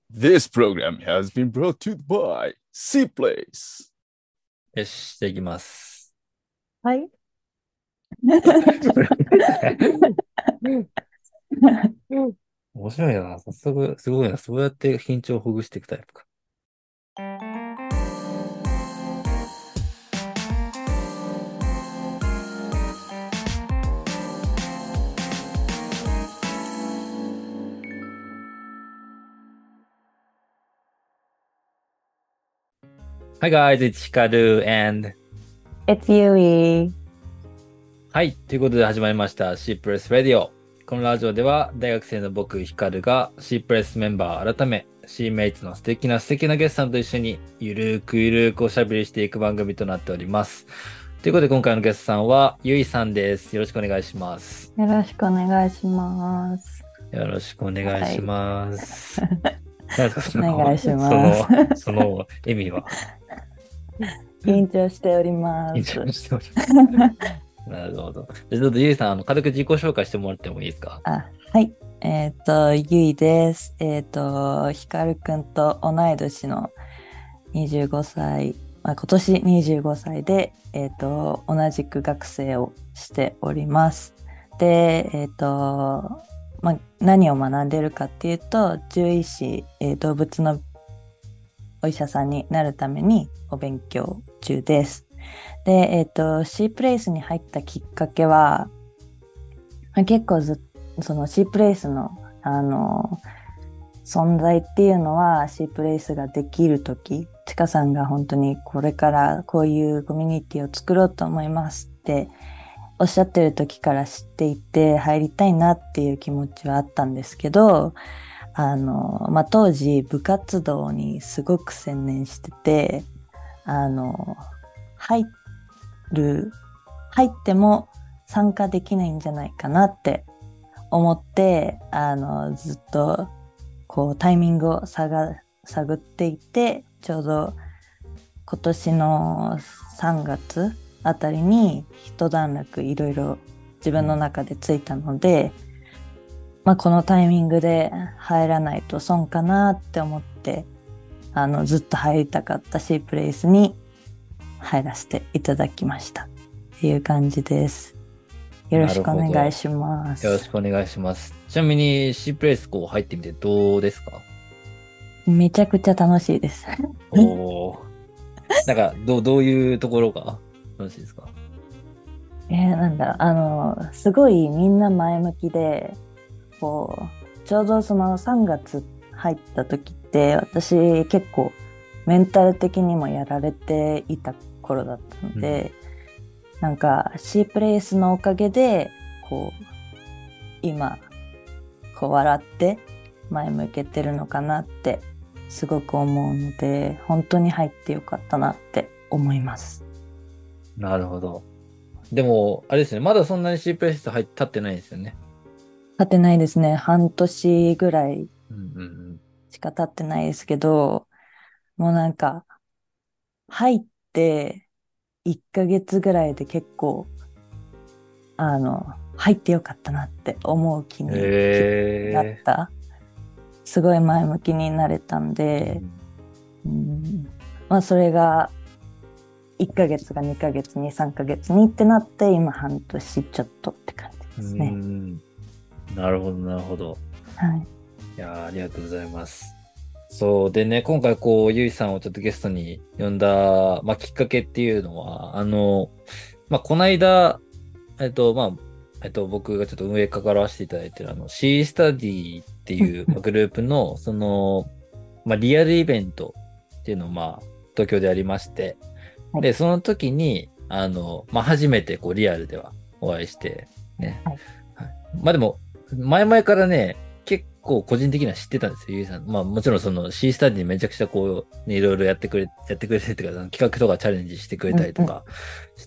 This program has been brought to you by C-Place. よし、じゃあ行きます。 はい。 面白いな。早速、すごいな。そうやって緊張をほぐしていくタイプか。Hi guys, it's Hikaru and It's Yui. はい。ということで始まりました C プレス Radio。このラジオでは大学生の僕、ヒカルが C プレスメンバー改め C メイツの素敵なゲストさんと一緒にゆるーくおしゃべりしていく番組となっております。ということで今回のゲストさんはゆいさんです。よろしくお願いします。 よろしくお願いします。 よろしくお願いします。何ですか、 お願いします。 その意味は。 緊張しておりま緊す。 張しております。なるほど。じゃあちょっとゆいさん、軽く自己紹介してもらってもいいですか？ はい。ゆいです。ひかるくんと同い年の25歳、今年25歳で、同じく学生をしております。で、何を学んでるかっていうと、獣医師、動物のお医者さんになるためにお勉強中です。で、C プレイスに入ったきっかけは、結構その C プレイスの、存在っていうのは C プレイスができるとき、ちかさんが本当にこれからこういうコミュニティを作ろうと思いますっておっしゃってる時から知っていて入りたいなっていう気持ちはあったんですけど、当時部活動にすごく専念してて、入っても参加できないんじゃないかなって思って、ずっとこうタイミングを探っていて、ちょうど今年の3月あたりに一段落いろいろ自分の中でついたので、このタイミングで入らないと損かなって思って、ずっと入りたかった C プレイスに入らせていただきましたっていう感じです。よろしくお願いします。 よろしくお願いします。ちなみに C プレイスこう入ってみてどうですか？ めちゃくちゃ楽しいです。 おー。なんかどういうところが楽しいですか？ すごいみんな前向きで、こうちょうどその3月入った時って私結構メンタル的にもやられていた頃だったので、なんか C プレイスのおかげでこう今こう笑って前向けてるのかなってすごく思うので、本当に入ってよかったなって思います。 なるほど。でもあれですね、まだそんなに C プレイス立ってないですよね。 経ってないですね。半年ぐらいしか経ってないですけど、もうなんか入って1ヶ月ぐらいで結構入ってよかったなって思う気になった。すごい前向きになれたんで、それが1ヶ月が2ヶ月に3ヶ月にってなって今半年ちょっとって感じですね。 なるほどなるほど。 はい。 いやありがとうございます。そうでね、今回こうゆいさんをちょっとゲストに呼んだ、きっかけっていうのはこの間僕がちょっと運営関わらせていただいてるC スタディっていうグループのリアルイベントっていうのを東京でありまして、 はい、 でその時に初めてこうリアルではお会いしてね、はい、でも前々からね結構個人的には知ってたんですよ、ゆいさん。もちろんその C スタディめちゃくちゃこう、ね、いろいろやってくれてっていうか、企画とかチャレンジしてくれたりとかして、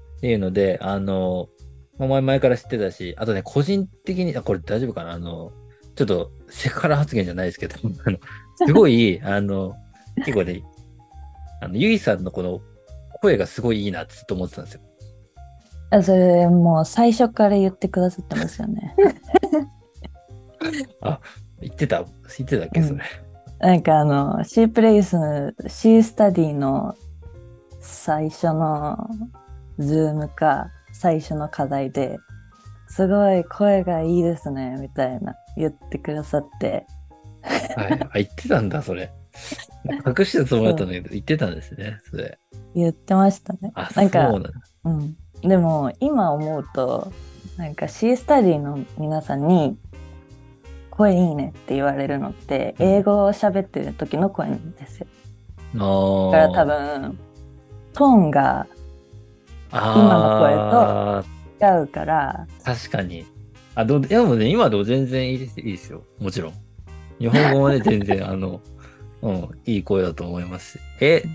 っていうので、前々から知ってたし、あとね、個人的に、これ大丈夫かな、ちょっとセクハラ発言じゃないですけど、すごい、結構ね、ゆいさんのこの声がすごいいいなってずっと思ってたんですよ。 それもう最初から言ってくださってますよね。 言ってたっけ、それ。 なんかシープレイスのシースタディの最初のズームか最初の課題ですごい声がいいですねみたいな言ってくださって、 はい。あ、言ってたんだ、それ。隠してたつもりだったんだけど、言ってたんですね、それ。 言ってましたね。 あ、 なんか、 そうなんだ。 うん。でも今思うと、なんかシースタディの皆さんに声いいねって言われるのって英語を喋ってる時の声なんですよ。だから多分トーンが今の声と違うから。 確かに。いやもうね、今でも全然いいです、いいですよ。もちろん。日本語もね、全然、いい声だと思いますし。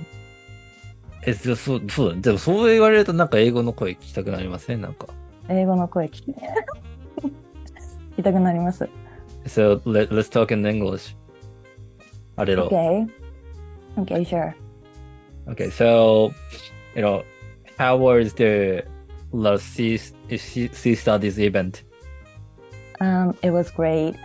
そうだね。でもそう言われるとなんか英語の声聞きたくなりません？なんか。 英語の声聞きたくなります。 So let's talk in English a little. Okay. Okay, sure. Okay, so, how was the last C studies event? It was great.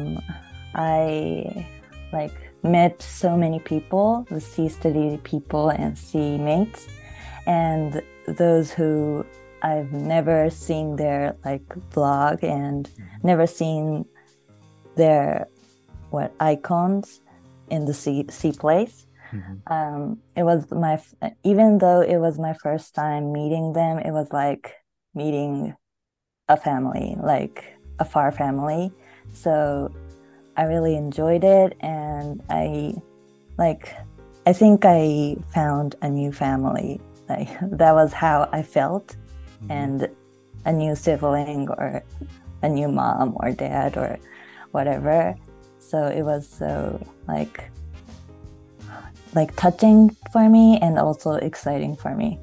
I like met so many people, the C study people and C mates, and those who I've never seen their like vlog and never seen their icons in the C place. It was even though it was my first time meeting them, it was like meeting a family, like a far family. So I really enjoyed it, and I think I found a new family. Like that was how I felt, and a new sibling or a new mom or dad or whatever. So it was so like touching for me and also exciting for me.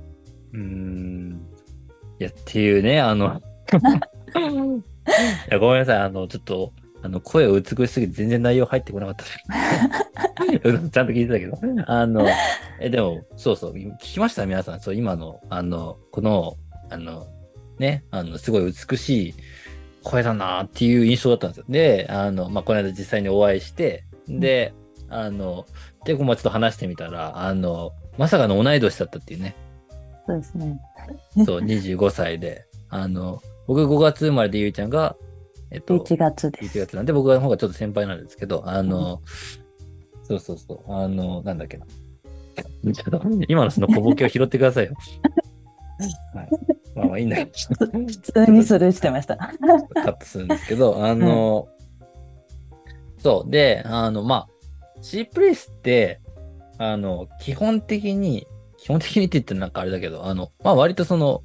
いや、っていうね、いや、ごめんなさい。ちょっと、声を美しすぎて全然内容入ってこなかったです。ちゃんと聞いてたけど。でも、そうそう、聞きました皆さん。そう、今の、この、ね、すごい美しい声だなっていう印象だったんですよ。で、この間実際にお会いして、で、ちょっと話してみたら、まさかの同い年だったっていうね。 そうですね。 そう、25歳で、僕5月生まれでゆいちゃんが、 1月です。 1月なんで、僕の方がちょっと先輩なんですけど、そうそうそう、なんだっけな。ちょっと今のその小ボケを拾ってくださいよ。はい。まあいいんだけど。 普通にスルーしてました。 カットするんですけど、そう。で、C プレイスって、基本的にって言ってなんかあれだけど、割とその、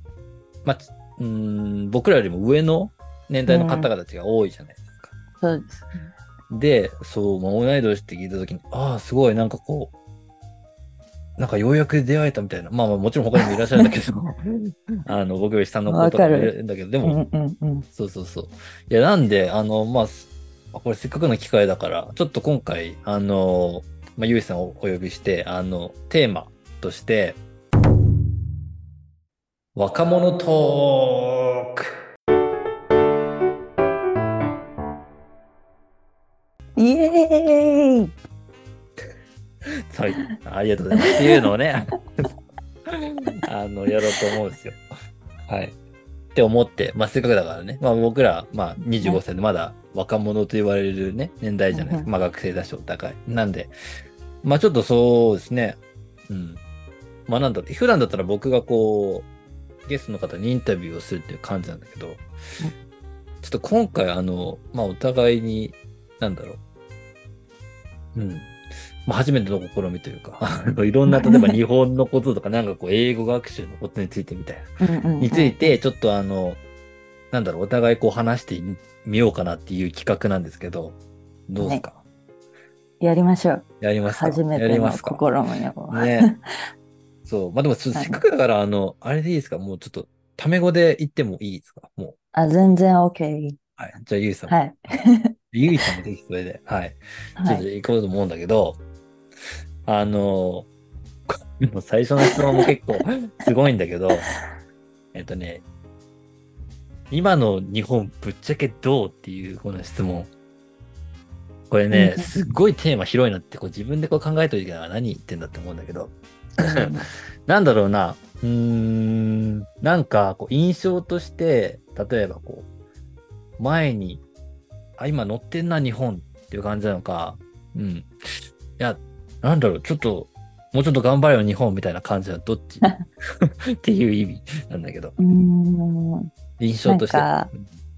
僕らよりも上の年代の方々たちが多いじゃないですか。 そうです。 で、そう、同い年って聞いたときに、すごいなんかこう、なんかようやく出会えたみたいな。もちろん他にもいらっしゃるんだけど、僕より下の子とかもいるんだけど、でも、そうそうそう。いや、なんで、これせっかくの機会だから、ちょっと今回、ゆいさんをお呼びして、テーマとして、若者トーク。 イエーイはい、ありがとうございます。っていうのをね、やろうと思うんですよ。はい。って思って、せっかくだからね、僕ら、25歳でまだ若者と言われるね、年代じゃないですか。学生だしお互い。なんで、ちょっとそうですね。なんだろう、普段だったら僕がこう、ゲストの方にインタビューをするっていう感じなんだけど、ちょっと今回お互いに、なんだろう。初めての試みというか、いろんな、例えば日本のこととか、なんかこう、英語学習のことについてみたいな。について、ちょっとなんだろう、お互いこう話してみようかなっていう企画なんですけど、どうですか？ やりましょう。 やりますか？ 初めての試みを。 ね。そう。でも、せっかくだから、あれでいいですか？もうちょっと、タメ語で言ってもいいですか？もう。 全然 OK。 はい。じゃあ、ゆいさん。 はい。 ゆいさんもぜひそれで、はい。ちょっと行こうと思うんだけど、最初の質問も結構すごいんだけど、今の日本ぶっちゃけどうっていうこの質問。 これね、 うんすっごいテーマ広いなって、こう自分でこう考えといてから何言ってんだって思うんだけど、なんだろうな、なんかこう印象として、例えばこう、前に、今乗ってんな、日本っていう感じなのか、うん。いや、なんだろう、ちょっと、もうちょっと頑張れよ、日本みたいな感じはどっちっていう意味なんだけど、印象として。 なんか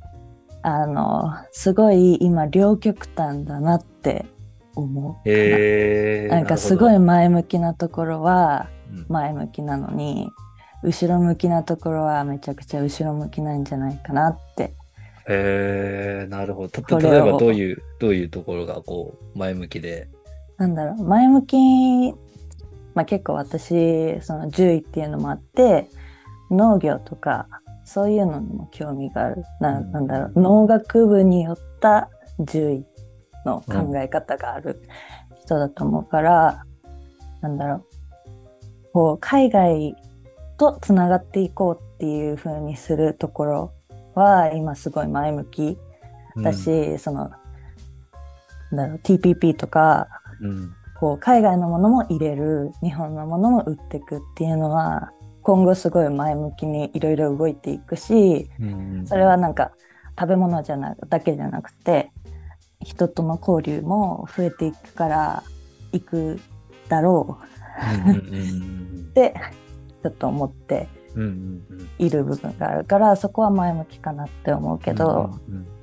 すごい今両極端だなって思うかな。なんかすごい前向きなところは前向きなのに、後ろ向きなところはめちゃくちゃ後ろ向きなんじゃないかなって。 なるほど。例えばどういうところがこう前向きで。 なんだろう、前向き、結構私、その獣医っていうのもあって、農業とか、そういうのにも興味がある。なんだろう、農学部によった獣医の考え方がある人だと思うから、なんだろう、こう、海外とつながっていこうっていう風にするところは、今すごい前向きだし、その、TPP とか、こう海外のものも入れる、日本のものも売っていくっていうのは今後すごい前向きにいろいろ動いていくし、それはなんか食べ物だけじゃなくて人との交流も増えていくからいくだろうってちょっと思っている部分があるから、そこは前向きかなって思うけど、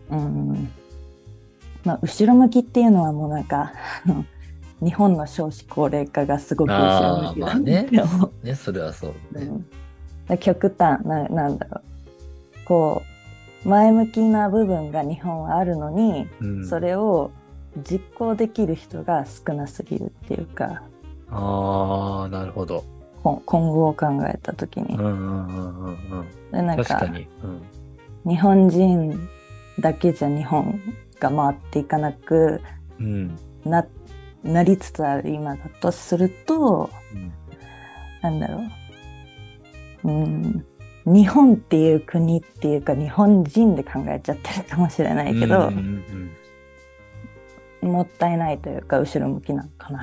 後ろ向きっていうのはもうなんか日本の少子高齢化がすごく後ろ向きなんですよ。 ね、それはそうね。極端なんだろう。こう前向きな部分が日本はあるのに、それを実行できる人が少なすぎるっていうか。 なるほど。 今後を考えたときに。でなんか確かに、 日本人だけじゃ日本が回っていかなくなりつつある今だとすると、なんだろう、日本っていう国っていうか日本人で考えちゃってるかもしれないけど、もったいないというか後ろ向きなのかなって。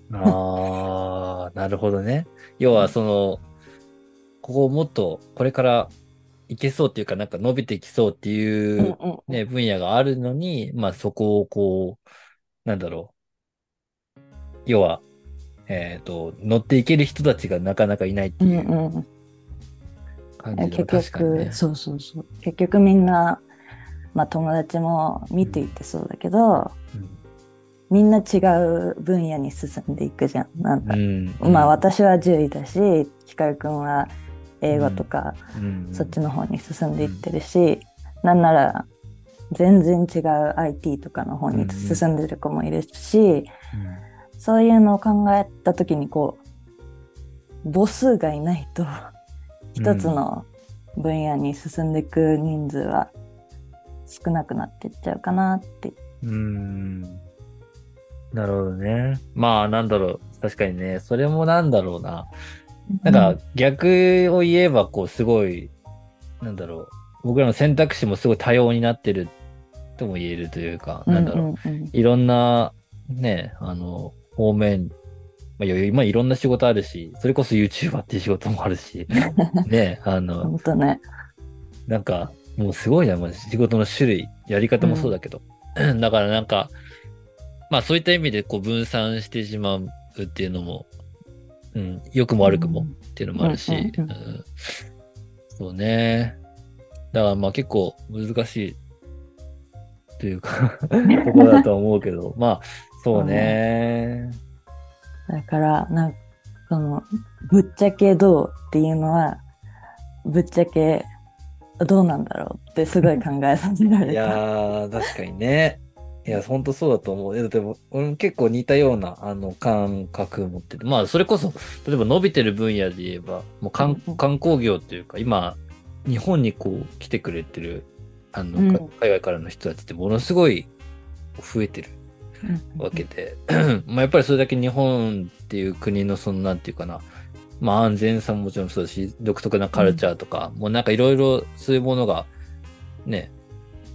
なるほどね。要はその、ここをもっとこれからいけそうっていうかなんか伸びてきそうっていうね、分野があるのに、そこをこう、なんだろう。要は、乗っていける人たちがなかなかいないっていう感じで、確かにね。 そう。結局みんな、友達も見ていてそうだけど、みんな違う分野に進んでいくじゃん。なんか、私は獣医だし、ヒカルくんは英語とか、そっちの方に進んでいってるし、なんなら全然違う IT とかの方に進んでる子もいるし、そういうのを考えたときにこう母数がいないと一つの分野に進んでいく人数は少なくなっていっちゃうかなって。 なるほどね。なんだろう。確かにね。それもなんだろうな。なんか逆を言えばこうすごい、なんだろう。僕らの選択肢もすごい多様になってるとも言えるというか、なんだろう。いろんなね、方面、今いろんな仕事あるし、それこそ YouTuber っていう仕事もあるし、ね、 本当ね。 なんか、もうすごいな、仕事の種類、やり方もそうだけど。だからなんか、そういった意味でこう分散してしまうっていうのも、良くも悪くもっていうのもあるし、そうね。だから結構難しいというかところだと思うけど、そうね。 だからそのぶっちゃけどうっていうのはぶっちゃけどうなんだろうってすごい考えさせられた。 いやー確かにね。いや本当そうだと思う。だって俺も結構似たような感覚を持ってて、それこそ例えば伸びてる分野で言えばもう観光業っていうか今日本にこう来てくれてる海外からの人たちってものすごい増えてるわけで、やっぱりそれだけ日本っていう国のそのなんていうかな、安全さももちろんそうだし、独特なカルチャーとか、もうなんかいろいろそういうものがね、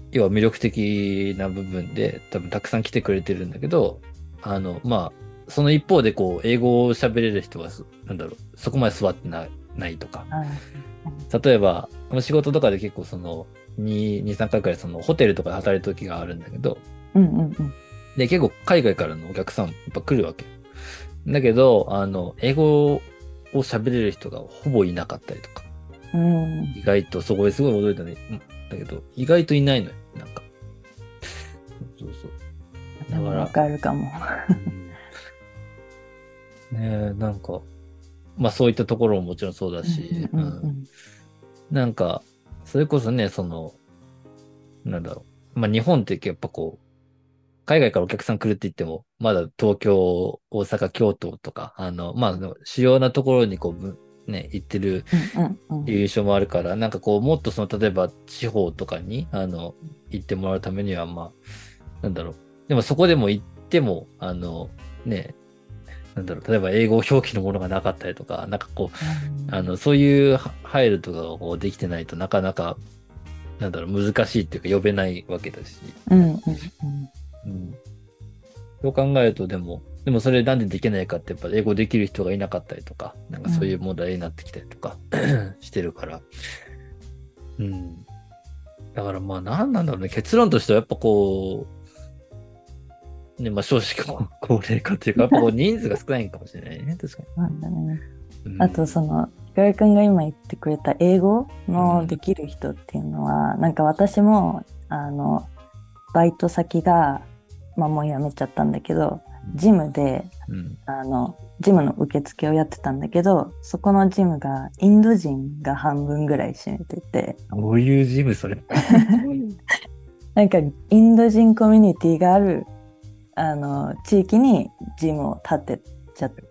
要は魅力的な部分で多分たくさん来てくれてるんだけど、まあ、その一方でこう、英語を喋れる人はなんだろう、そこまで座ってないとか。例えば、仕事とかで結構2、3回くらいホテルとかで働いた時があるんだけど、で、結構海外からのお客さんやっぱ来るわけ。だけど、英語を喋れる人がほぼいなかったりとか。意外と、そこですごい驚いたね。だけど、意外といないのよ。なんか。そうそう。だから。 わかるかも。 ねえ、なんか、まあそういったところももちろんそうだし、なんか、それこそね、なんだろう。まあ日本ってやっぱこう、海外からお客さん来るって言っても、まだ東京、大阪、京都とか、まあ主要なところにこう、ね、行ってるっていう印象もあるから、なんかこう、もっと例えば地方とかに、行ってもらうためには、まあ、なんだろう。でもそこでも行っても、ね、なんだろう、例えば英語表記のものがなかったりとか、なんかこう、そういう配慮とかがこうできてないとなかなか、なんだろう、難しいっていうか呼べないわけだし。そう考えると、でもそれなんでできないかってやっぱ英語できる人がいなかったりとか、なんかそういう問題になってきたりとか、してるから。だからまあ何なんだろうね、結論としてはやっぱこう、ね、まあ少子高齢化っていうか、やっぱこう人数が少ないんかもしれないね、確かに。 なんだね。あとひかるくんが今言ってくれた英語のできる人っていうのは、なんか私も、バイト先が、まあもう辞めちゃったんだけど、ジムで、ジムの受付をやってたんだけど、そこのジムがインド人が半分ぐらい占めてて。 どういうジムそれなんかインド人コミュニティがある、地域にジムを建てちゃって。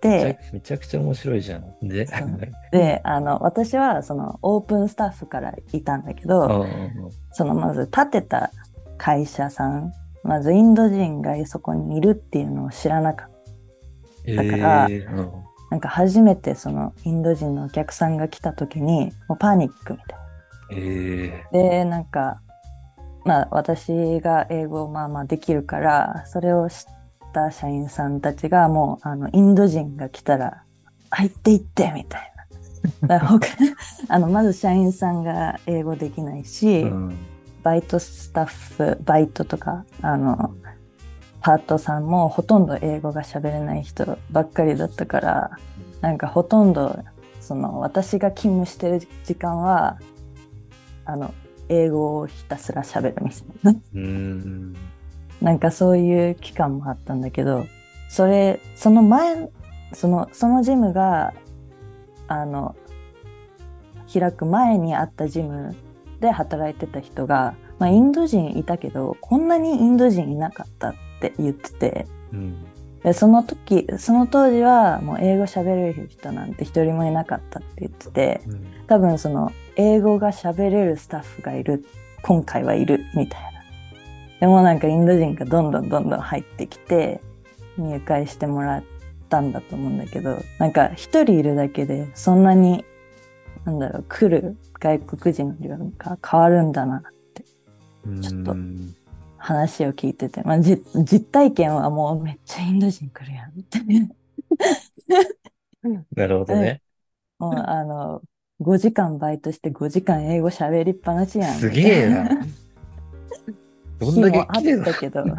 めちゃくちゃ面白いじゃん。で、 私はオープンスタッフからいたんだけど、まず建てた会社さん、まずインド人がそこにいるっていうのを知らなかったから、なんか初めてインド人のお客さんが来た時にもうパニックみたいな。で、なんか、まあ私が英語をまあまあできるから、それを知った社員さんたちがもうインド人が来たら入っていってみたいな。まず社員さんが英語できないし、バイトスタッフ、バイトとか、パートさんもほとんど英語が喋れない人ばっかりだったから、なんかほとんど、私が勤務してる時間は、英語をひたすら喋るみたいな。なんかそういう期間もあったんだけど、その前、そのジムが、開く前にあったジムで働いてた人が、まあ、インド人いたけどこんなにインド人いなかったって言ってて、でその当時はもう英語喋れる人なんて一人もいなかったって言ってて、多分英語が喋れるスタッフがいる、今回はいるみたいな。でもなんかインド人がどんどん入ってきて入会してもらったんだと思うんだけど、なんか一人いるだけでそんなになんだろう、来る外国人の量が変わるんだなってちょっと話を聞いてて、まあ、実体験はもうめっちゃインド人来るやんってなるほどね。 もう5時間バイトして5時間英語喋りっぱなしやん。 すげえな。どんだけ日もあったけど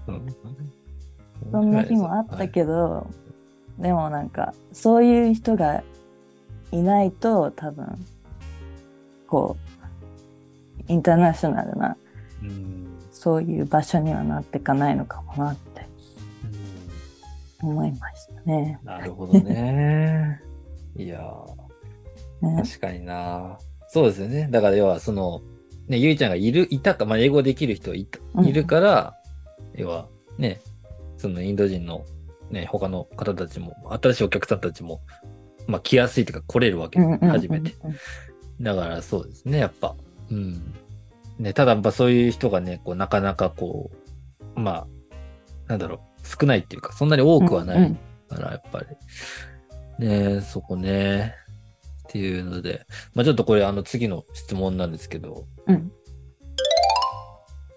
そんな日もあったけど、でもなんかそういう人がいないと多分こうインターナショナルなそういう場所にはなっていかないのかもなって思いましたね。 なるほどね。いやー、確かにな。そうですよね。だから要はね、ゆいちゃんがいたか、まあ、英語できる人いるから、要はね、インド人のね、他の方たちも、新しいお客さんたちも、まあ、来やすいというか来れるわけ、初めて。だからそうですね、やっぱ。ね、ただやっぱそういう人がね、こう、なかなかこう、まあ、なんだろう、少ないっていうか、そんなに多くはないから、やっぱり。ね、そこね。っていうので、まあちょっとこれ次の質問なんですけど、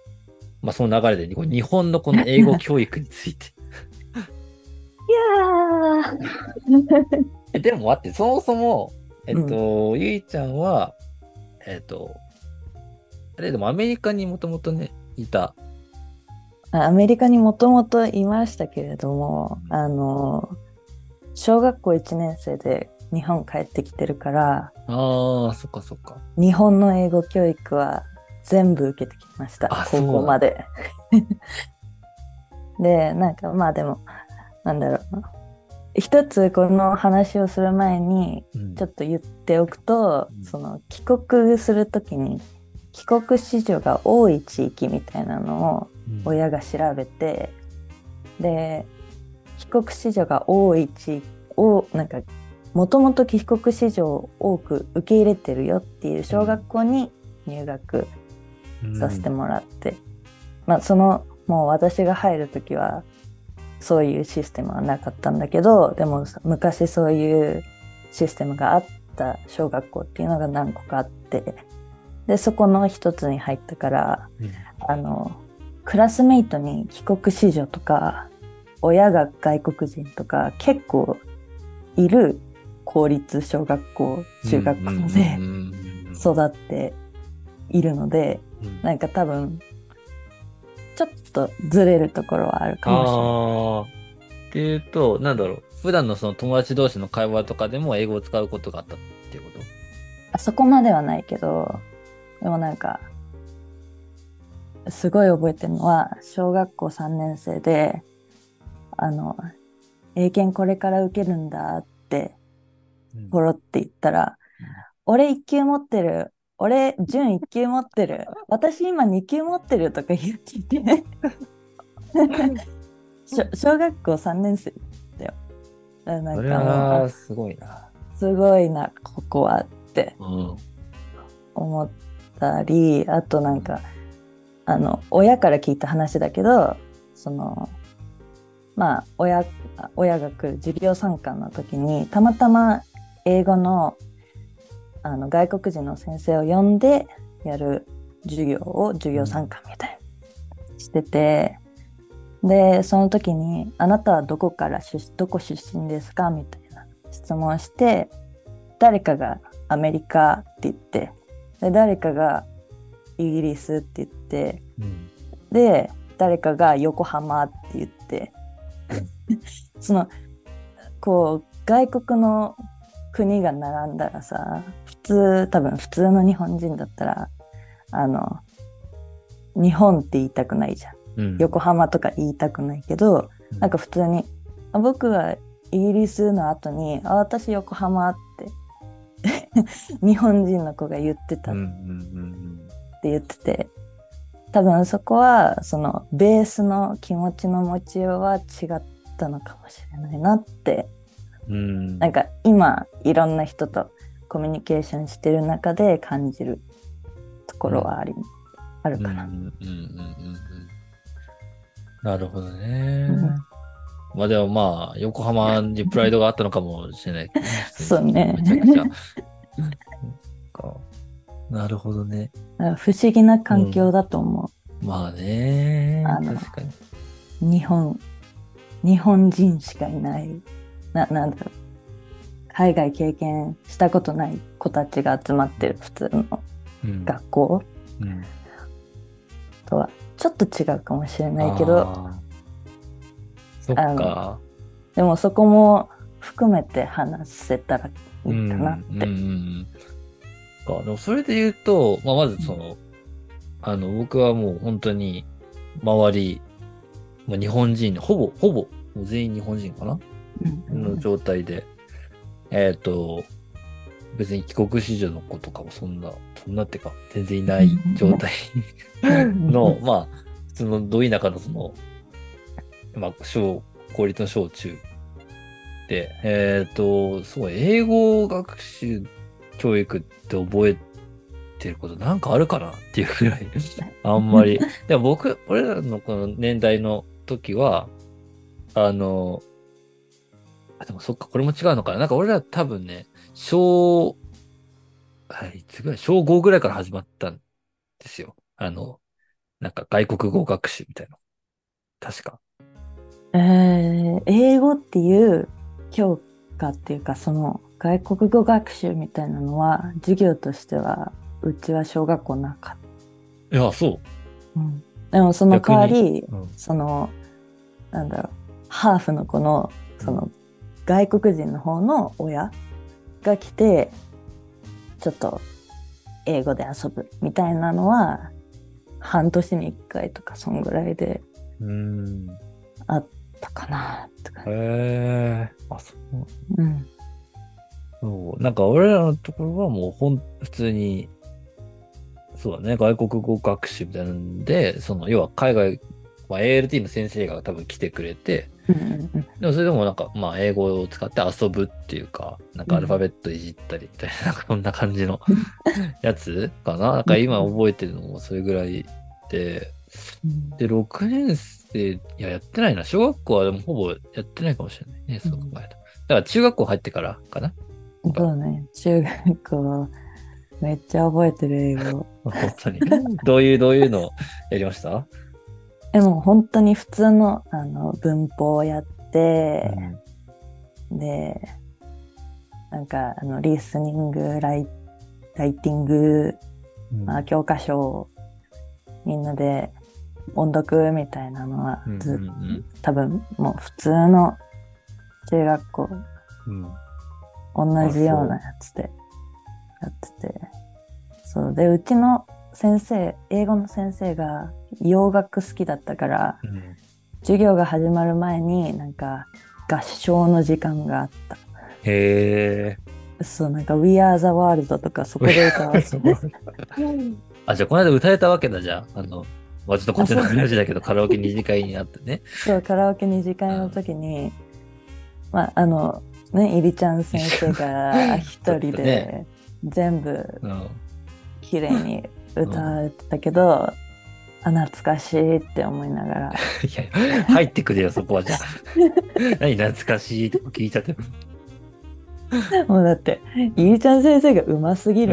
まあその流れで、こう日本のこの英語教育について。 いやでも待って、そもそも、 ー、 ゆいちゃんは、えっと、あれでもアメリカにもともとね、いた。 アメリカにもともといましたけれども、小学校1年生で日本帰ってきてるから、 ああ、そっかそっか。 日本の英語教育は全部受けてきました。 あ、 高そうなんだ。 校まで。で、なんかまあでも、なんだろうな。一つこの話をする前にうんちょっと言っておくと、 うんその帰国するときに帰国子女が多い地域みたいなのをうん親が調べて、で帰国子女が多い地域をなんかもともと帰国子女を多く受け入れてるよっていう小学校に入学させてもらって、まあそのもう私が入るときはそういうシステムはなかったんだけど、でも昔そういうシステムがあった小学校っていうのが何個かあって、でそこの一つに入ったから、 うんクラスメイトに帰国子女とか親が外国人とか結構いる公立小学校中学校で育っているので、なんか多分ちょっとずれるところはあるかもしれない。 ああ、っていうと、なんだろう。普段のその友達同士の会話とかでも英語を使うことがあったっていうこと？ あそこまではないけど、でもなんかすごい覚えてるのは小学校3年生で英検これから受けるんだってポロって言ったら、俺1級持ってる、俺準1級持ってる、私今2級持ってるとか言ってて小学校3年生だよ。なんそれかもはうすごいな。 すごいなここはってうん。 思ったり、あとなんか親から聞いた話だけど、そのまあ親が来る授業参観の時にたまたま英語の外国人の先生を呼んでやる授業参観みたいにしてて、でその時にあなたはどこ出身ですかみたいな質問して、誰かがアメリカって言って、で誰かがイギリスって言って、で誰かが横浜って言ってそのこう外国の国が並んだらさ、多分普通の日本人だったら日本って言いたくないじゃん、横浜とか言いたくないけど、なんか普通に僕はイギリスの後に私横浜って日本人の子が言ってたって言ってて、多分そこはそのベースの気持ちの持ちようは違ったのかもしれないなって、なんか今いろんな人とコミュニケーションしてる中で感じるところはあるかな。 なるほどね。まあでもまあ横浜にプライドがあったのかもしれない。 そうね。 めちゃくちゃ。なるほどね。 不思議な環境だと思う。まあね。確かに。日本人しかいない。なんだろう。海外経験したことない子たちが集まってる普通の学校、とはちょっと違うかもしれないけど、 そっか。 でもそこも含めて話せたらいいかなって。 でもそれで言うと、まあ、まずその、僕はもう本当に周り、まあ、日本人、ほぼもう全員日本人かな、の状態で、別に帰国子女の子とかもそんなってか、全然いない状態の、まあ、普通のど田舎のその、まあ、公立の小中で、すごい英語学習教育って覚えてることなんかあるかなっていうぐらい、あんまり。でも俺らのこの年代の時は、でもそっか、これも違うのかな。なんか俺ら多分ね、小5ぐらいから始まったんですよ。 なんか外国語学習みたいな。確か。 英語っていう教科っていうか、その外国語学習みたいなのは、授業としては、うちは小学校なかっいや、そた。でもその代わ逆り、 うんその、なんだろう、ハーフの子の、その、外国人の方の親が来て、ちょっと英語で遊ぶみたいなのは、半年に1回とか、そんぐらいでう。 あったかな、とか。 へえ。あ、そう。 うん。 そうなんか俺らのところはもう普通に、そうだね、外国語学習みたいなんで、要は海外、ALT の先生が多分来てくれて、 うんうんうん。 でもそれでもなんか、英語を使って遊ぶっていうか、なんかアルファベットいじったりみたいな、なんかこんな感じのやつかな。なんか今覚えてるのもそれぐらいで、で、6年生、いや、やってないな。小学校はでもほぼやってないかもしれないね、そう考えると。だから中学校入ってからかな。 そうね、中学校、めっちゃ覚えてる英語。 本当に。どういうのやりました？ でも本当に普通の、文法をやって、で、なんか、リスニング、ライティング、教科書をみんなで音読みたいなのは多分もう普通の中学校、同じようなやつでやってて、そうで、うちの先生、英語の先生が洋楽好きだったから、授業が始まる前になんか合唱の時間があった。 へー。そう、なんか We Are the World とかそこで歌わせて。 あ、じゃあこの間歌えたわけだじゃあ。ちょっとこっちの話だけど、カラオケ二次会にあってね。 そう、カラオケ二次会の時に、イリちゃん先生が一人で全部綺麗に歌ってたけど、懐かしいって思いながら。 いや、入ってくれよ、そこはじゃあ。何懐かしいとか聞いちゃって。 もうだって、イリちゃん先生がうますぎる。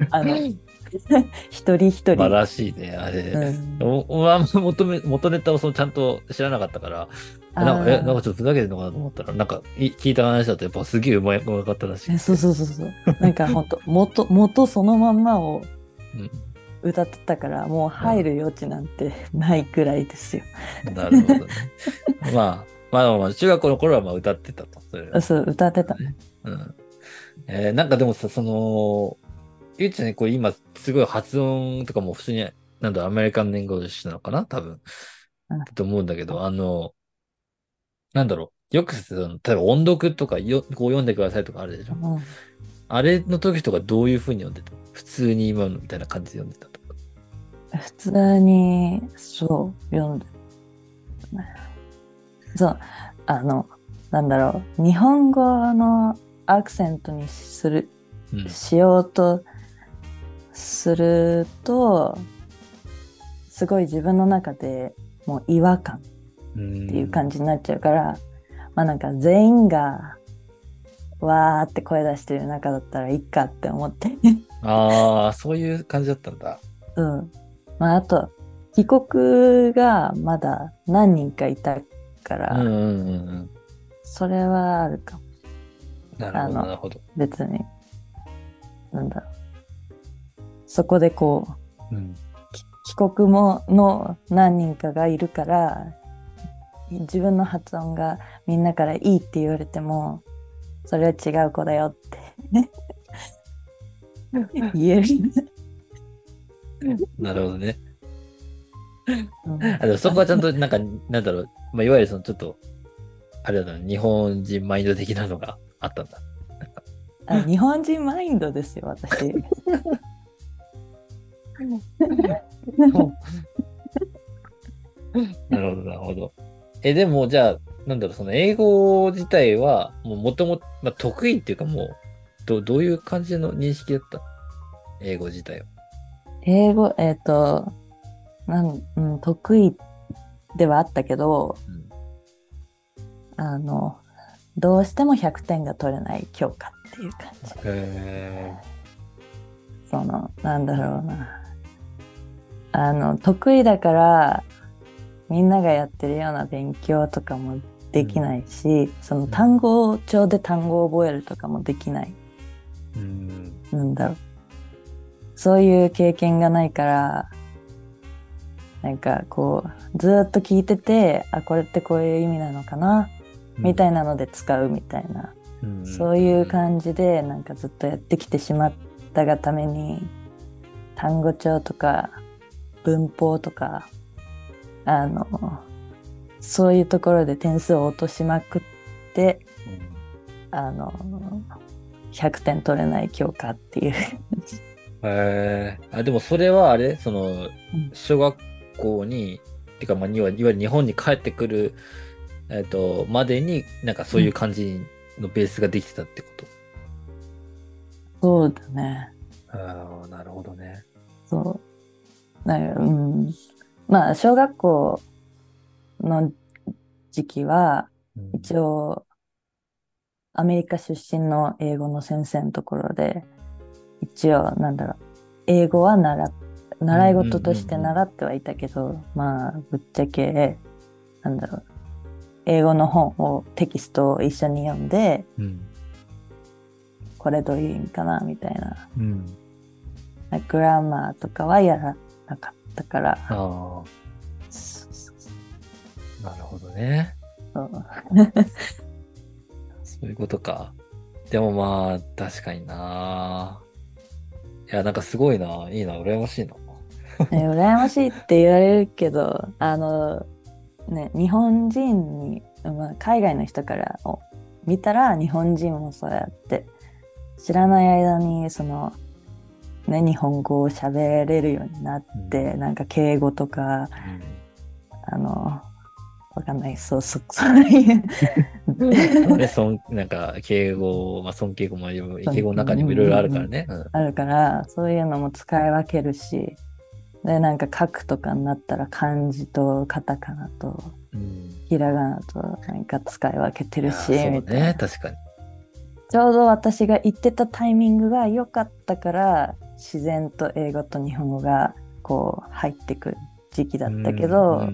一人一人。 素晴らしいね、あれ。俺は元ネタをちゃんと知らなかったから、なんかちょっとふざけてるのかなと思ったら、なんか聞いた話だとやっぱすげえうまかったらしい。 そう。なんかほんと、元そのまんまを歌ってたから、もう入る余地なんてないくらいですよ。 なるほどね。まあ、中学校の頃は歌ってたと。 そう、歌ってた。 なんかでもさ、ゆうちゃんね、これ今、すごい発音とかも普通に、アメリカンネングリッシュなのかな多分。と思うんだけど、よく例えば音読とかこう読んでくださいとかあるでしょ。あれの時とかどういう風に読んでた？普通に今のみたいな感じで読んでたとか。 普通に、そう、読んで。そう、日本語のアクセントにしようとすると、すごい自分の中でもう違和感っていう感じになっちゃうから、なんか全員がわーって声出してる中だったらいいかって思って。 ああ、そういう感じだったんだ。 あと、帰国がまだ何人かいたから、それはあるかも。 なるほど。 別に、そこでこう、帰国の何人かがいるから、自分の発音がみんなからいいって言われても、それは違う子だよって言える。 なるほどね。そこはちゃんと、いわゆるちょっと、あれだな、日本人マインド的なのがあったんだ。 日本人マインドですよ、私。 なるほど。でも、じゃあ、英語自体は、もともと、得意っていうかどういう感じの認識だった？英語自体は。 英語、得意ではあったけど、どうしても100点が取れない教科っていう感じ。 得意だからみんながやってるような勉強とかもできないし、その単語帳で単語を覚えるとかもできない。なんだろう。そういう経験がないから、なんかこう、ずーっと聞いてて、あ、これってこういう意味なのかな、みたいなので使うみたいな。そういう感じで、なんかずっとやってきてしまったがために、単語帳とか、文法とか、そういうところで点数を落としまくって、100点取れない教科っていう。 でもそれはあれ小学校に、てか、まあ、いわゆる日本に帰ってくる、までに、なんかそういう感じのベースができてたってこと。 そうだね。 ああ、なるほどね。 そう。まあ、小学校の時期は、一応、アメリカ出身の英語の先生のところで、一応、英語は習い事として習ってはいたけど、まあ、ぶっちゃけ、英語の本を、テキストを一緒に読んで、これどういう意味かな、みたいな。グラマーとかはやらなかったから。 なるほどね。 そうそういうことか。でもまあ、確かにな。いや、なんかすごいな。いいな。羨ましいな。 羨ましいって言われるけど、日本人に、海外の人から見たら日本人もそうやって知らない間に日本語を喋れるようになって、なんか敬語とか、わかんない、そういうなんか敬語、まあ尊敬語も敬語の中にもいろいろあるからね。 あるから、そういうのも使い分けるし、で、なんか書くとかになったら漢字とカタカナと、ひらがなとなんか使い分けてるし、みたいな。 確かに。 ちょうど私が言ってたタイミングが良かったから、自然と英語と日本語がこう入ってくる時期だったけど、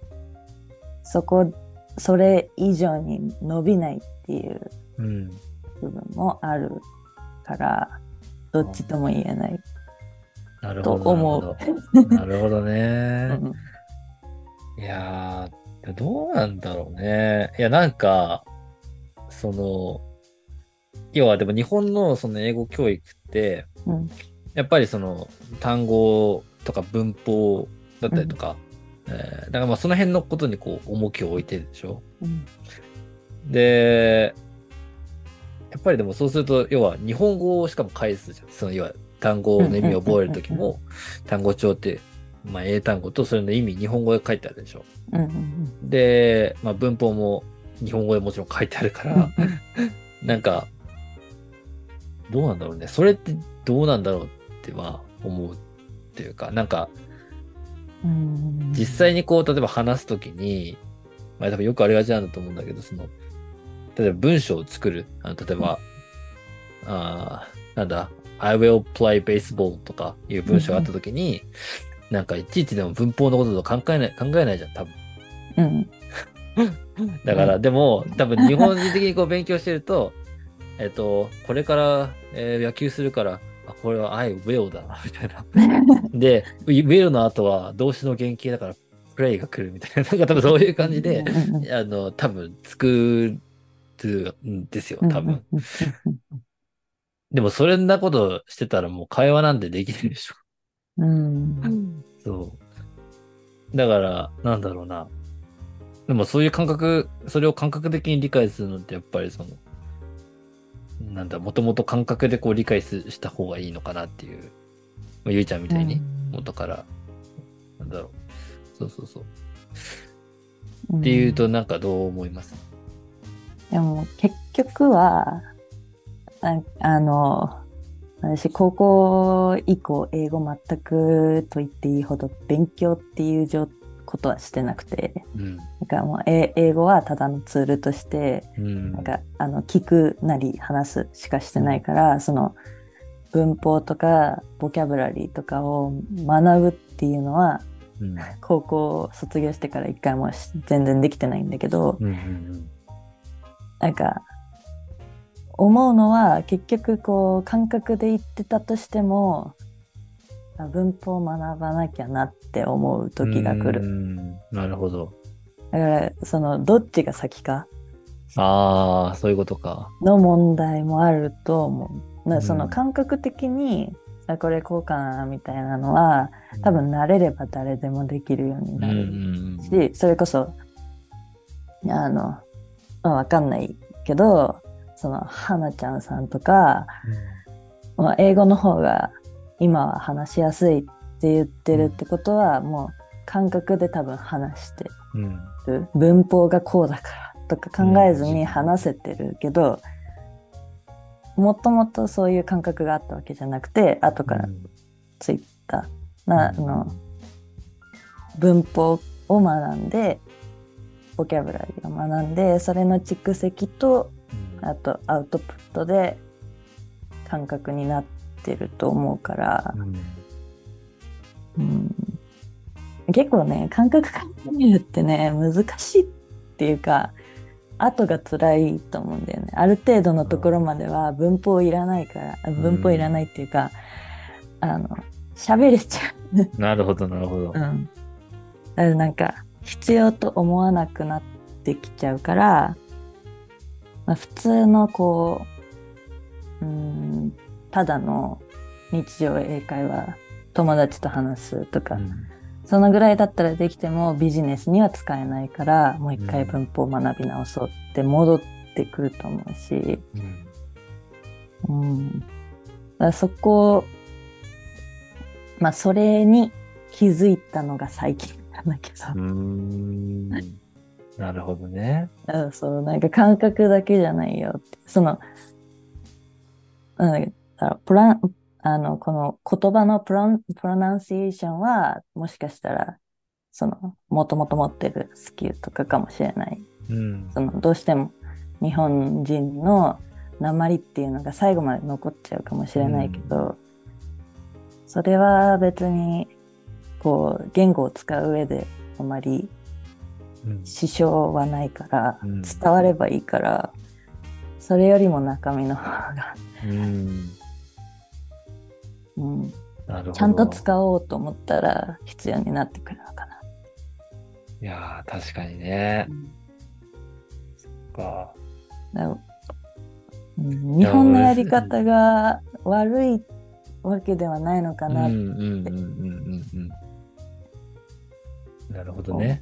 それ以上に伸びないっていう部分もあるから、どっちとも言えないと思う。 なるほどね。いやー、どうなんだろうね。いや、なんか、要はでも日本のその英語教育って、やっぱり単語とか文法だったりとか、だからまあその辺のことにこう重きを置いてるでしょ。で、やっぱりでもそうすると、要は日本語をしかも返すじゃん。要は単語の意味を覚えるときも、単語帳って、まあ英単語とそれの意味、日本語で書いてあるでしょ。で、まあ文法も日本語でもちろん書いてあるから、なんか、どうなんだろうね。それってどうなんだろうってまあ思うっていうか、なんか、実際にこう、例えば話すときに、まあ多分よくありがちなんだと思うんだけど、例えば文章を作る。例えば、I will play baseball とかいう文章があったときに、なんかいちいちでも文法のことと考えないじゃん、多分。だから、でも、多分日本人的にこう勉強してると、これから、野球するから、これは I will だな、みたいな。で、will の後は動詞の原型だから、play が来るみたいな。なんか多分そういう感じで、多分作るんですよ、多分。でもそんなことしてたらもう会話なんてできないでしょ。そう。だから、なんだろうな。でもそういう感覚、それを感覚的に理解するのってやっぱりもともと感覚でこう理解した方がいいのかなっていう。ゆいちゃんみたいに、元から、なんだろう。そう。っていうと、なんかどう思います？ でも結局は、私高校以降英語全くと言っていいほど勉強っていうことはしてなくて、なんかもう英語はただのツールとして、なんか聞くなり話すしかしてないから、 文法とかボキャブラリーとかを学ぶっていうのはうん高校を卒業してから一回も全然できてないんだけど、 うんうんなんか思うのは結局こう感覚で言ってたとしても文法を学ばなきゃなって思う時が来る。 なるほど。 だからそのどっちが先かああ、そういうことか。 の問題もあると思う。 うんその感覚的にこれこうかなみたいなのは多分慣れれば誰でもできるようになるし、それこそわかんないけどその花ちゃんさんとか、英語の方が今は話しやすいって言ってるってことは、もう感覚で多分話してる、文法がこうだからとか考えずに話せてるけど、もともとそういう感覚があったわけじゃなくて後からついた、文法を学んでボキャブラリーを学んでそれの蓄積とあとアウトプットで感覚になってると思うから、結構ね感覚から見るってね難しいっていうか後が辛いと思うんだよね。ある程度のところまでは文法いらないから文法いらないっていうか喋れちゃう。なるほどなるほど。 だからなんか必要と思わなくなってきちゃうから、普通のこうただの日常英会話友達と話すとか、そのぐらいだったらできてもビジネスには使えないからもう一回文法を学び直そうって戻ってくると思うし、だからそこそれに気づいたのが最近なんだけど。 なるほどね。 そうなんか感覚だけじゃないよって、そのこの言葉のプロナンシエーションはもしかしたらそのもともと持ってるスキルとかかもしれない、そのどうしても日本人の訛りっていうのが最後まで残っちゃうかもしれないけど、それは別にこう言語を使う上であまり支障はないから、伝わればいいからそれよりも中身の方がなるほど。 ちゃんと使おうと思ったら必要になってくるのかな。 いやー確かにね。そっか。 日本のやり方が悪いわけではないのかなって。 なるほどね。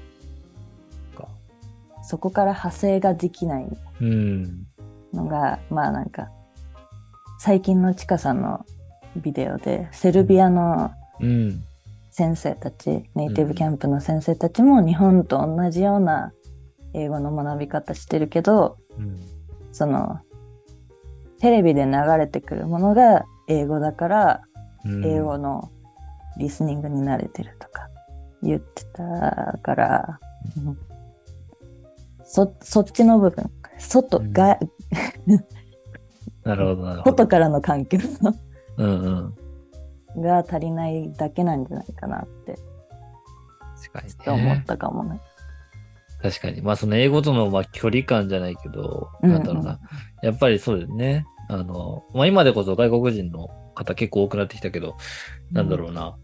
そこから派生ができないのが、なんか最近のちかさんのビデオでセルビアの先生たち、ネイティブキャンプの先生たちも日本と同じような英語の学び方してるけど、そのテレビで流れてくるものが英語だから、英語のリスニングに慣れてるとか言ってたから、そっちの部分、外が、 なるほどなるほど。 外からの環境が足りないだけなんじゃないかなって思ったかもね。 確かに。その英語との距離感じゃないけど、なんだろうな。やっぱりそうだよね。今でこそ外国人の方結構多くなってきたけど、なんだろうな。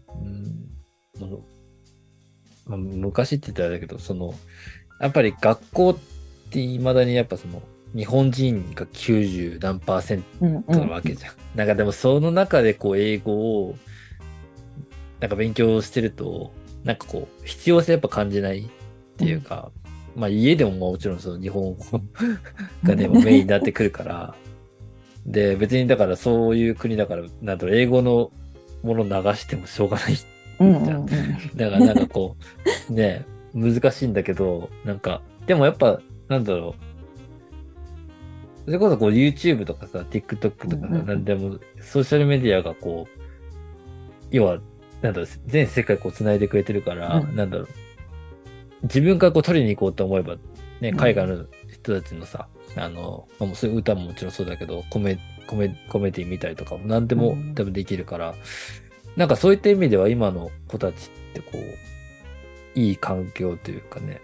昔って言ったらあれだけど、やっぱり学校って未だにやっぱ日本人が90何%なわけじゃん。なんかでもその中で英語をなんか勉強してると、なんか必要性やっぱ感じないっていうか、家でももちろん日本語がね、メインになってくるから、で、別にだからそういう国だから、なんだろう、英語のもの流してもしょうがないじゃん。だからなんかね、難しいんだけど、なんか、でもやっぱ、なんだろう、それこそYouTube とかさ、TikTok とかさ、なんでもソーシャルメディアが要は、なんだろう、全世界繋いでくれてるから、なんだろう、自分から取りに行こうと思えば、ね、海外の人たちのさ、そういう歌ももちろんそうだけど、コメディ見たりとかも何でも多分できるから、なんかそういった意味では今の子たちってこう、いい環境というかね。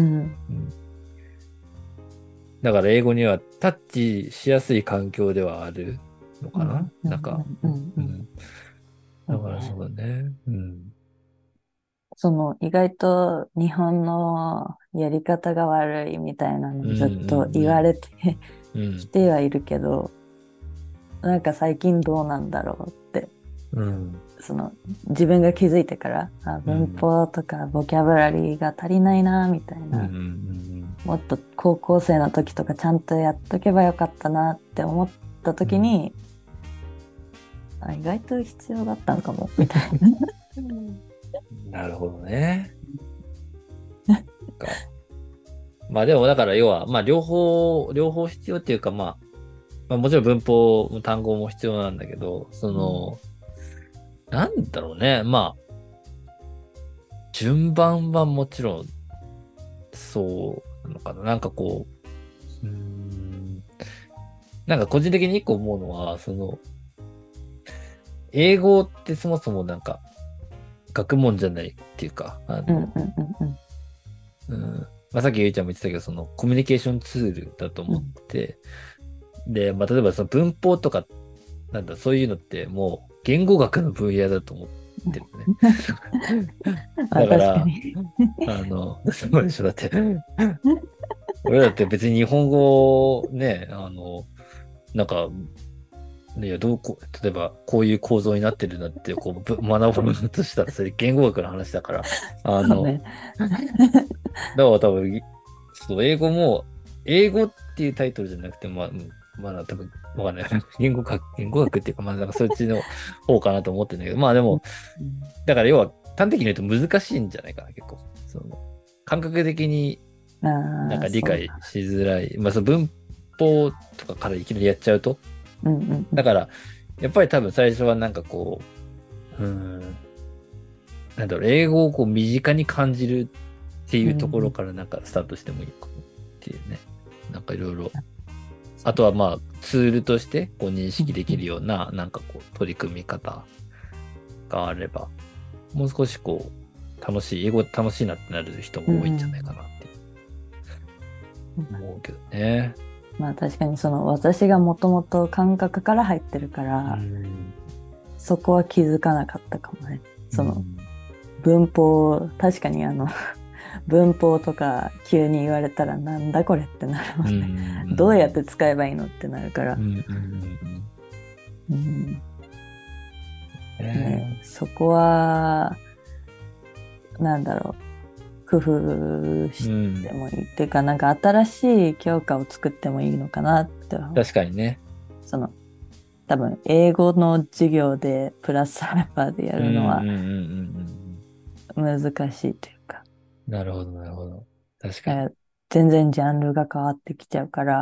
だから英語にはタッチしやすい環境ではあるのかな、なんか。だからそうだね。 その意外と日本のやり方が悪いみたいなのずっと言われてきてはいるけど、なんか最近どうなんだろうって、その自分が気づいてから文法とかボキャブラリーが足りないなみたいな、もっと高校生の時とかちゃんとやっとけばよかったなって思った時に、意外と必要だったのかもみたいな。なるほどね。まあでもだから要は、まあ両方必要っていうか、まあもちろん文法も単語も必要なんだけど、なんだろうね。まあ、順番はもちろん、そうなのかな。なんかこう、なんか個人的に一個思うのは、英語ってそもそもなんか、学問じゃないっていうか、まあさっきゆいちゃんも言ってたけど、コミュニケーションツールだと思って、で、まあ例えばその文法とか、なんだ、そういうのってもう言語学の分野だと思ってるね。だから、そうでしょ、だって、俺だって別に日本語ね、なんか、いや、例えばこういう構造になってるなって、こう、学ぼうとしたら、それ言語学の話だから、だから多分、英語も、英語っていうタイトルじゃなくて、まあ多分、わかんない。言語学っていうか、まあなんかそっちの方かなと思ってるんだけど、まあでも、だから要は端的に言うと難しいんじゃないかな、結構。感覚的になんか理解しづらい。まあ文法とかからいきなりやっちゃうと。だから、やっぱり多分最初はなんかこう、なんだろう、英語をこう身近に感じるっていうところからなんかスタートしてもいいかもっていうね。なんかいろいろ。あとはまあツールとしてこう認識できるようななんかこう取り組み方があれば、もう少しこう英語楽しいなってなる人も多いんじゃないかなって思うけどね。 まあ確かに私がもともと感覚から入ってるから、そこは気づかなかったかもね。文法、確かに文法とか急に言われたらなんだこれってなるもんね。どうやって使えばいいのってなるから。そこは、なんだろう、工夫してもいいっていうか、なんか新しい教科を作ってもいいのかなって思う。 確かにね。 多分英語の授業でプラスアルファでやるのは難しいというか。 なるほど、なるほど。確かに。 全然ジャンルが変わってきちゃうから、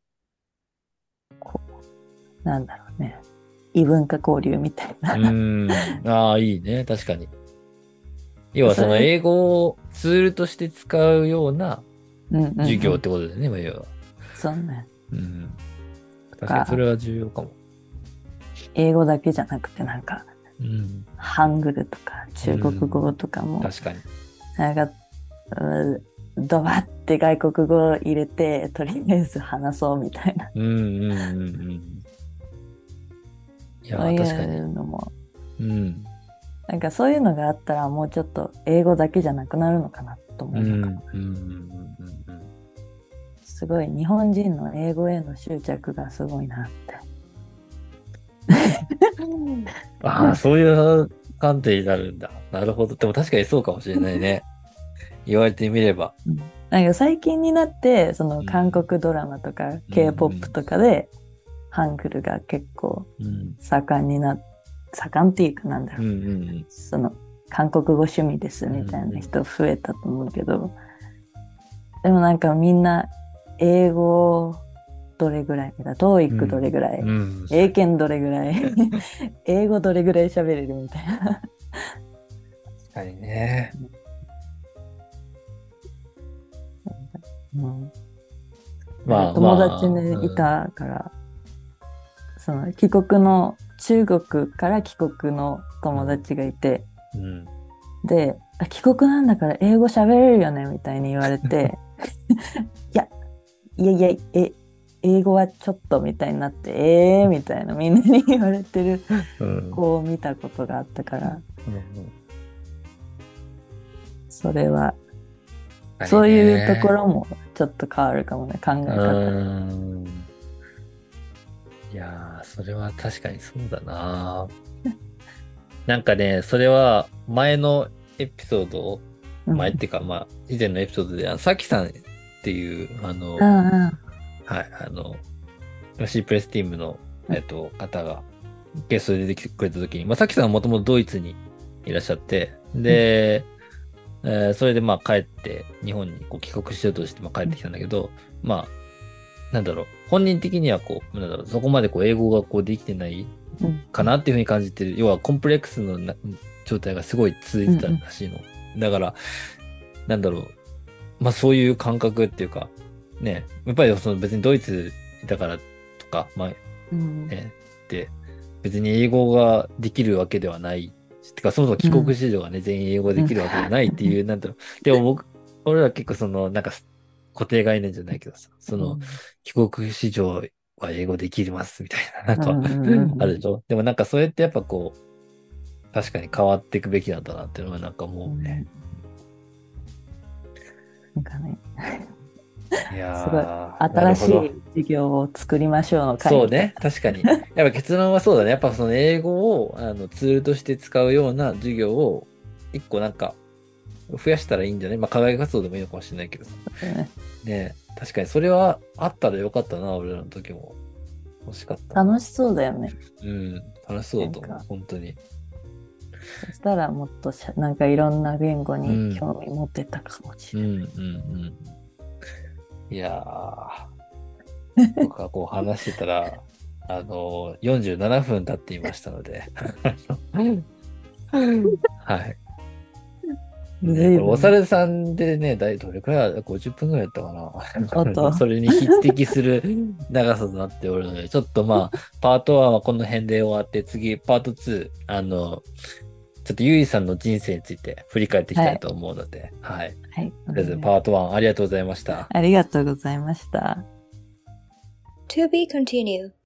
なんだろうね。異文化交流みたいな。 ああ、いいね。確かに。要は英語をツールとして使うような授業ってことですね、要は。 そうね。 確かにそれは重要かも。 英語だけじゃなくてなんか、ハングルとか中国語とかも、 確かに。 なんか、ドバって外国語を入れて、とりあえず話そうみたいな。 いや、 そういうのも、なんかそういうのがあったらもうちょっと英語だけじゃなくなるのかなと思うのかな。すごい日本人の英語への執着がすごいなって。 ああ、そういう観点になるんだ。なるほど。でも確かにそうかもしれないね。言われてみれば。 なんか最近になって韓国ドラマとか K-POP とかでハングルが結構盛んっていうかなんだろう、韓国語趣味ですみたいな人増えたと思うけど、でもなんかみんな英語どれぐらいみたいな、TOEIC どれぐらい、英検どれぐらい英語どれぐらい喋れるみたいな。 確かにね。 まあ友達まあにいたから、その帰国の、中国から帰国の友達がいて、 うんで、帰国なんだから英語喋れるよねみたいに言われて、いや、いやいや、英語はちょっとみたいになって、みたいなみんなに言われてるうん子を見たことがあったから、 うんそれは、 うん、 そういうところもちょっと変わるかもね、考えう方。 ーん。いやー、それは確かにそうだな。なんかね、それは前のエピソード、 うん前っていうか、まあ、以前のエピソードで、さきさんっていう、 うんはい、シープレスティームの、方がゲストで出てきてくれた時に、まあ、さきさんはもともとドイツにいらっしゃって、で、それでまあ帰って日本にこう帰国しようとしてまあ帰ってきたんだけど、まあ、なんだろう、本人的にはこう、なんだろう、そこまでこう英語がこうできてないうんかなっていうふうに感じてる。要はコンプレックスの状態がすごい続いてたらしいの。だから、なんだろう、まあそういう感覚っていうか、ね、やっぱりその別にドイツだからとか、まあうんね、で、別に英語ができるわけではないし。てか、そもそも帰国子女がね、全員英語できるわけじゃないっていう、なんだろう。でも俺は結構その、なんか固定概念じゃないけどさ、その、帰国子女は英語できますみたいな、なんか、あるでしょ。でもなんかそれってやっぱこう、確かに変わっていくべきなんだなっていうのはなんか思うね。 なんかね、 いやすごいー、 新しい授業を作りましょうの回そうね、確かに。やっぱ結論はそうだね。やっぱその英語をツールとして使うような授業を一個なんか増やしたらいいんじゃない？まあ課外活動でもいいのかもしれないけどさ。ね、確かにそれはあったらよかったな、俺らの時も。欲しかったな。 楽しそうだよね。 うん、楽しそうだと思うなんか、 本当に。 そしたらもっとなんかいろんな言語に興味持ってたかもしれない。 うんうんうん。いやー、僕はこう話してたら、47分経っていましたので。はい。ね、これお猿さんでね、どれくらい50分ぐらいやったかな。それに匹敵する長さとなっておるので、ちょっとまあ、パート1はこの辺で終わって、次、パート2、ちょっとゆいさんの人生について振り返っていきたいと思うので、はい。はい。とりあえず、パート1ありがとうございました。 ありがとうございました。 To be continued.